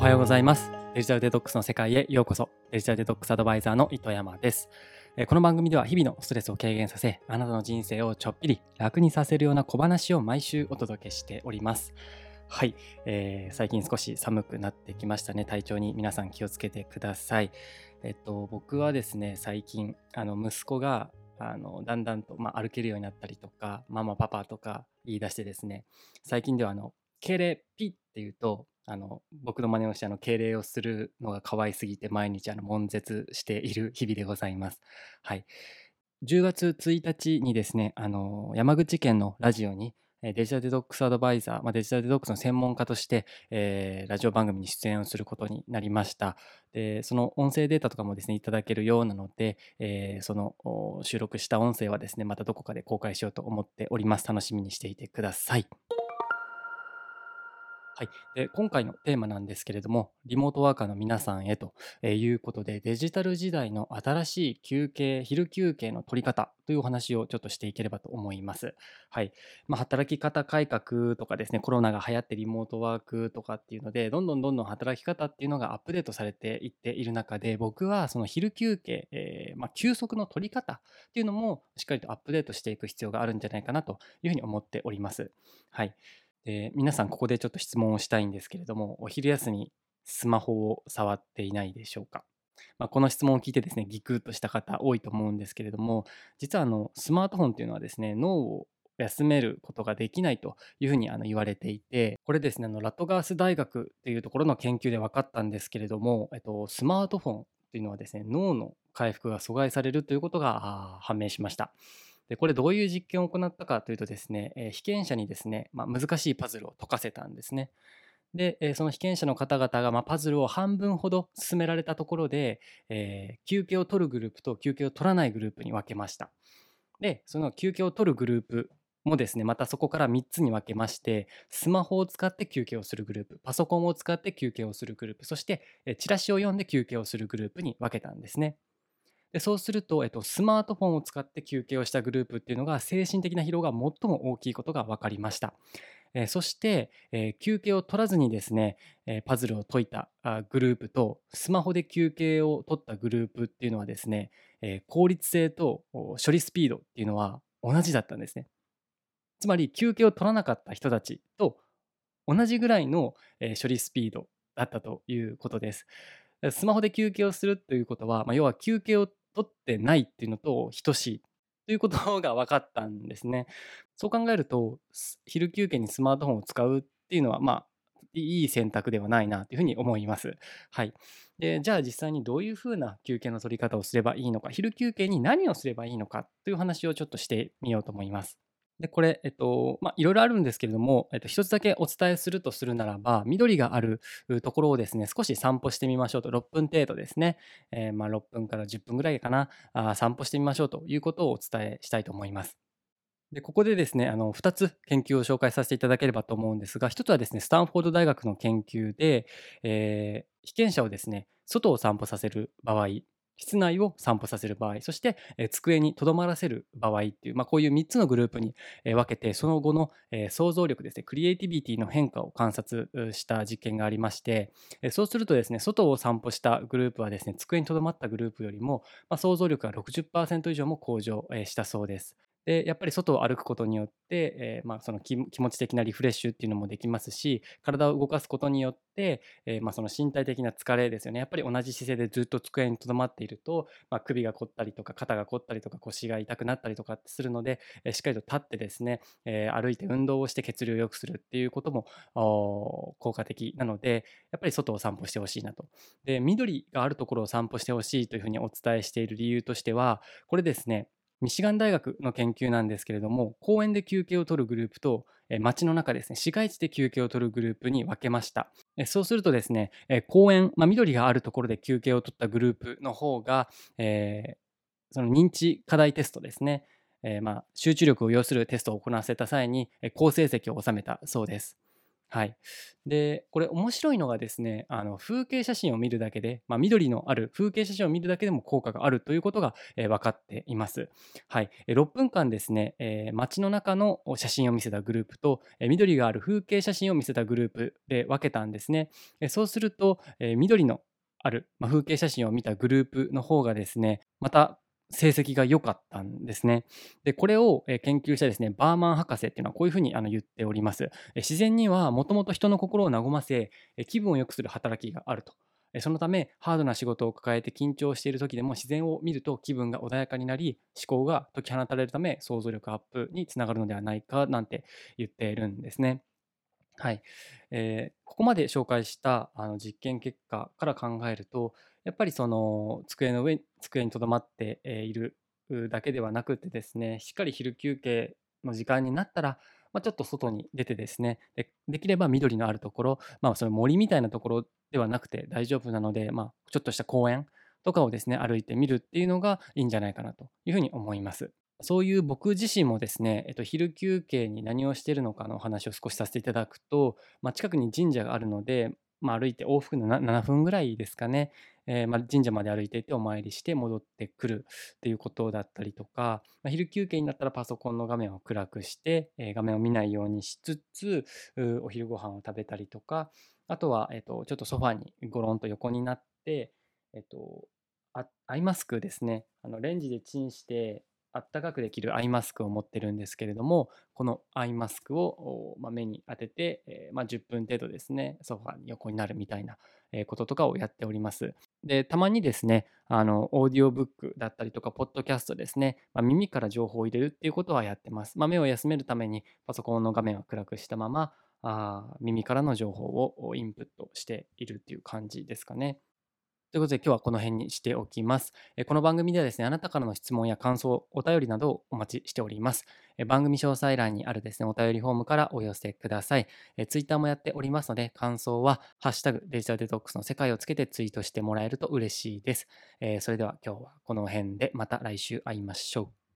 はようございます。デジタルデトックスの世界へようこそ。デジタルデトックスアドバイザーの糸山です。この番組では日々のストレスを軽減させ、あなたの人生をちょっぴり楽にさせるような小話を毎週お届けしております。はい、最近少し寒くなってきましたね。体調に皆さん気をつけてください。僕はですね、最近息子がだんだんと、歩けるようになったりとか、ママパパとか言い出してですね、最近では敬礼ピッっていうと僕の真似をして敬礼をするのが可愛すぎて毎日悶絶している日々でございます。はい。10月1日にですね、山口県のラジオにデジタルデトックスアドバイザー、デジタルデトックスの専門家として、ラジオ番組に出演をすることになりました。で、その音声データとかもですね、いただけるようなので、その収録した音声はですね、またどこかで公開しようと思っております。楽しみにしていてください。はい、で今回のテーマなんですけれども、リモートワーカーの皆さんへということで、デジタル時代の新しい休憩、昼休憩の取り方というお話をちょっとしていければと思います。はい。働き方改革とかですね、コロナが流行ってリモートワークとかっていうので、どんどん働き方っていうのがアップデートされていっている中で、僕はその昼休憩、休息の取り方っていうのもしっかりとアップデートしていく必要があるんじゃないかなというふうに思っております。はい。で、皆さんここでちょっと質問をしたいんですけれども、お昼休みスマホを触っていないでしょうか。この質問を聞いてですね、ギクッとした方多いと思うんですけれども、実はスマートフォンというのはですね、脳を休めることができないというふうに言われていて、これですね、ラトガース大学っていうところの研究で分かったんですけれども、スマートフォンっていうのはですね、脳の回復が阻害されるということが判明しました。で、これどういう実験を行ったかというとですね、被験者にですね、難しいパズルを解かせたんですね。で、その被験者の方々が、パズルを半分ほど進められたところで、休憩を取るグループと休憩を取らないグループに分けました。で、その休憩を取るグループもですね、またそこから3つに分けまして、スマホを使って休憩をするグループ、パソコンを使って休憩をするグループ、そしてチラシを読んで休憩をするグループに分けたんですね。で、そうすると、スマートフォンを使って休憩をしたグループっていうのが精神的な疲労が最も大きいことが分かりました。そして、休憩を取らずにですね、パズルを解いたグループとスマホで休憩を取ったグループっていうのはですね、効率性と処理スピードっていうのは同じだったんですね。つまり休憩を取らなかった人たちと同じぐらいの処理スピードだったということです。スマホで休憩をするということは、要は休憩を取ってないっていうのと等しいということが分かったんですね。そう考えると、昼休憩にスマートフォンを使うっていうのは、いい選択ではないなというふうに思います。はい。で、じゃあ実際にどういうふうな休憩の取り方をすればいいのか、昼休憩に何をすればいいのかという話をちょっとしてみようと思います。で、これ、いろいろあるんですけれども、一つだけお伝えするとするならば、緑があるところをですね、少し散歩してみましょうと、6分程度ですね、6分から10分ぐらいかな、散歩してみましょうということをお伝えしたいと思います。で、ここでですね、2つ研究を紹介させていただければと思うんですが、1つはですね、スタンフォード大学の研究で、被験者をですね、外を散歩させる場合、室内を散歩させる場合、そして、机にとどまらせる場合っていう、こういう3つのグループに、分けて、その後の、想像力ですね、クリエイティビティの変化を観察した実験がありまして、そうするとですね、外を散歩したグループはですね、机にとどまったグループよりも、想像力が60%以上も向上、したそうです。で、やっぱり外を歩くことによって、その気持ち的なリフレッシュっていうのもできますし、体を動かすことによって、その身体的な疲れですよね。やっぱり同じ姿勢でずっと机にとどまっていると、首が凝ったりとか、肩が凝ったりとか、腰が痛くなったりとかするので、しっかりと立ってですね、歩いて運動をして血流を良くするっていうことも効果的なので、やっぱり外を散歩してほしいなと。で、緑があるところを散歩してほしいというふうにお伝えしている理由としては、これですね、ミシガン大学の研究なんですけれども、公園で休憩を取るグループと、街の中ですね、市街地で休憩を取るグループに分けました。そうするとですね、公園、緑があるところで休憩を取ったグループの方が、その認知課題テストですね、集中力を要するテストを行わせた際に、好成績を収めたそうです。 はい。で、これ面白いのがですね、風景写真を見るだけで、緑のある風景写真を見るだけでも効果があるということが、分かっています。はい。6分間ですね、街の中の写真を見せたグループと、緑がある風景写真を見せたグループで分けたんですね。そうすると、緑のある、風景写真を見たグループの方がですね、また成績が良かったんですね。で、これを、研究したですね、バーマン博士っていうのはこういうふうに言っております。自然にはもともと人の心を和ませ、気分を良くする働きがあると。そのため、ハードな仕事を抱えて緊張している時でも自然を見ると気分が穏やかになり、思考が解き放たれるため、想像力アップにつながるのではないかなんて言っているんですね。はい。ここまで紹介した実験結果から考えると、やっぱりその机にとどまって、いるだけではなくてですね、しっかり昼休憩の時間になったら、ちょっと外に出てですね、できれば緑のあるところ、その森みたいなところではなくて大丈夫なので、ちょっとした公園とかをですね、歩いてみるっていうのがいいんじゃないかなというふうに思います。そういう僕自身もですね、昼休憩に何をしているのかのお話を少しさせていただくと、近くに神社があるので、歩いて往復の7分ぐらいですかね、神社まで歩いていってお参りして戻ってくるっていうことだったりとか、昼休憩になったらパソコンの画面を暗くして、画面を見ないようにしつつ、お昼ご飯を食べたりとか、あとは、ちょっとソファにゴロンと横になって、えっと、アイマスクですね、レンジでチンしてあったかくできるアイマスクを持ってるんですけれども、このアイマスクを、目に当てて、10分程度ですね、ソファに横になるみたいな、こととかをやっております。で、たまにですね、オーディオブックだったりとか、ポッドキャストですね、耳から情報を入れるっていうことはやってます。目を休めるためにパソコンの画面を暗くしたまま、耳からの情報をインプットしているっていう感じですかね。ということで今日はこの辺にしておきます。この番組ではですね、あなたからの質問や感想、お便りなどをお待ちしております。番組詳細欄にあるですね、お便りフォームからお寄せください。ツイッターもやっておりますので、感想は、ハッシュタグデジタルデトックスの世界をつけてツイートしてもらえると嬉しいです。それでは今日はこの辺で、また来週会いましょう。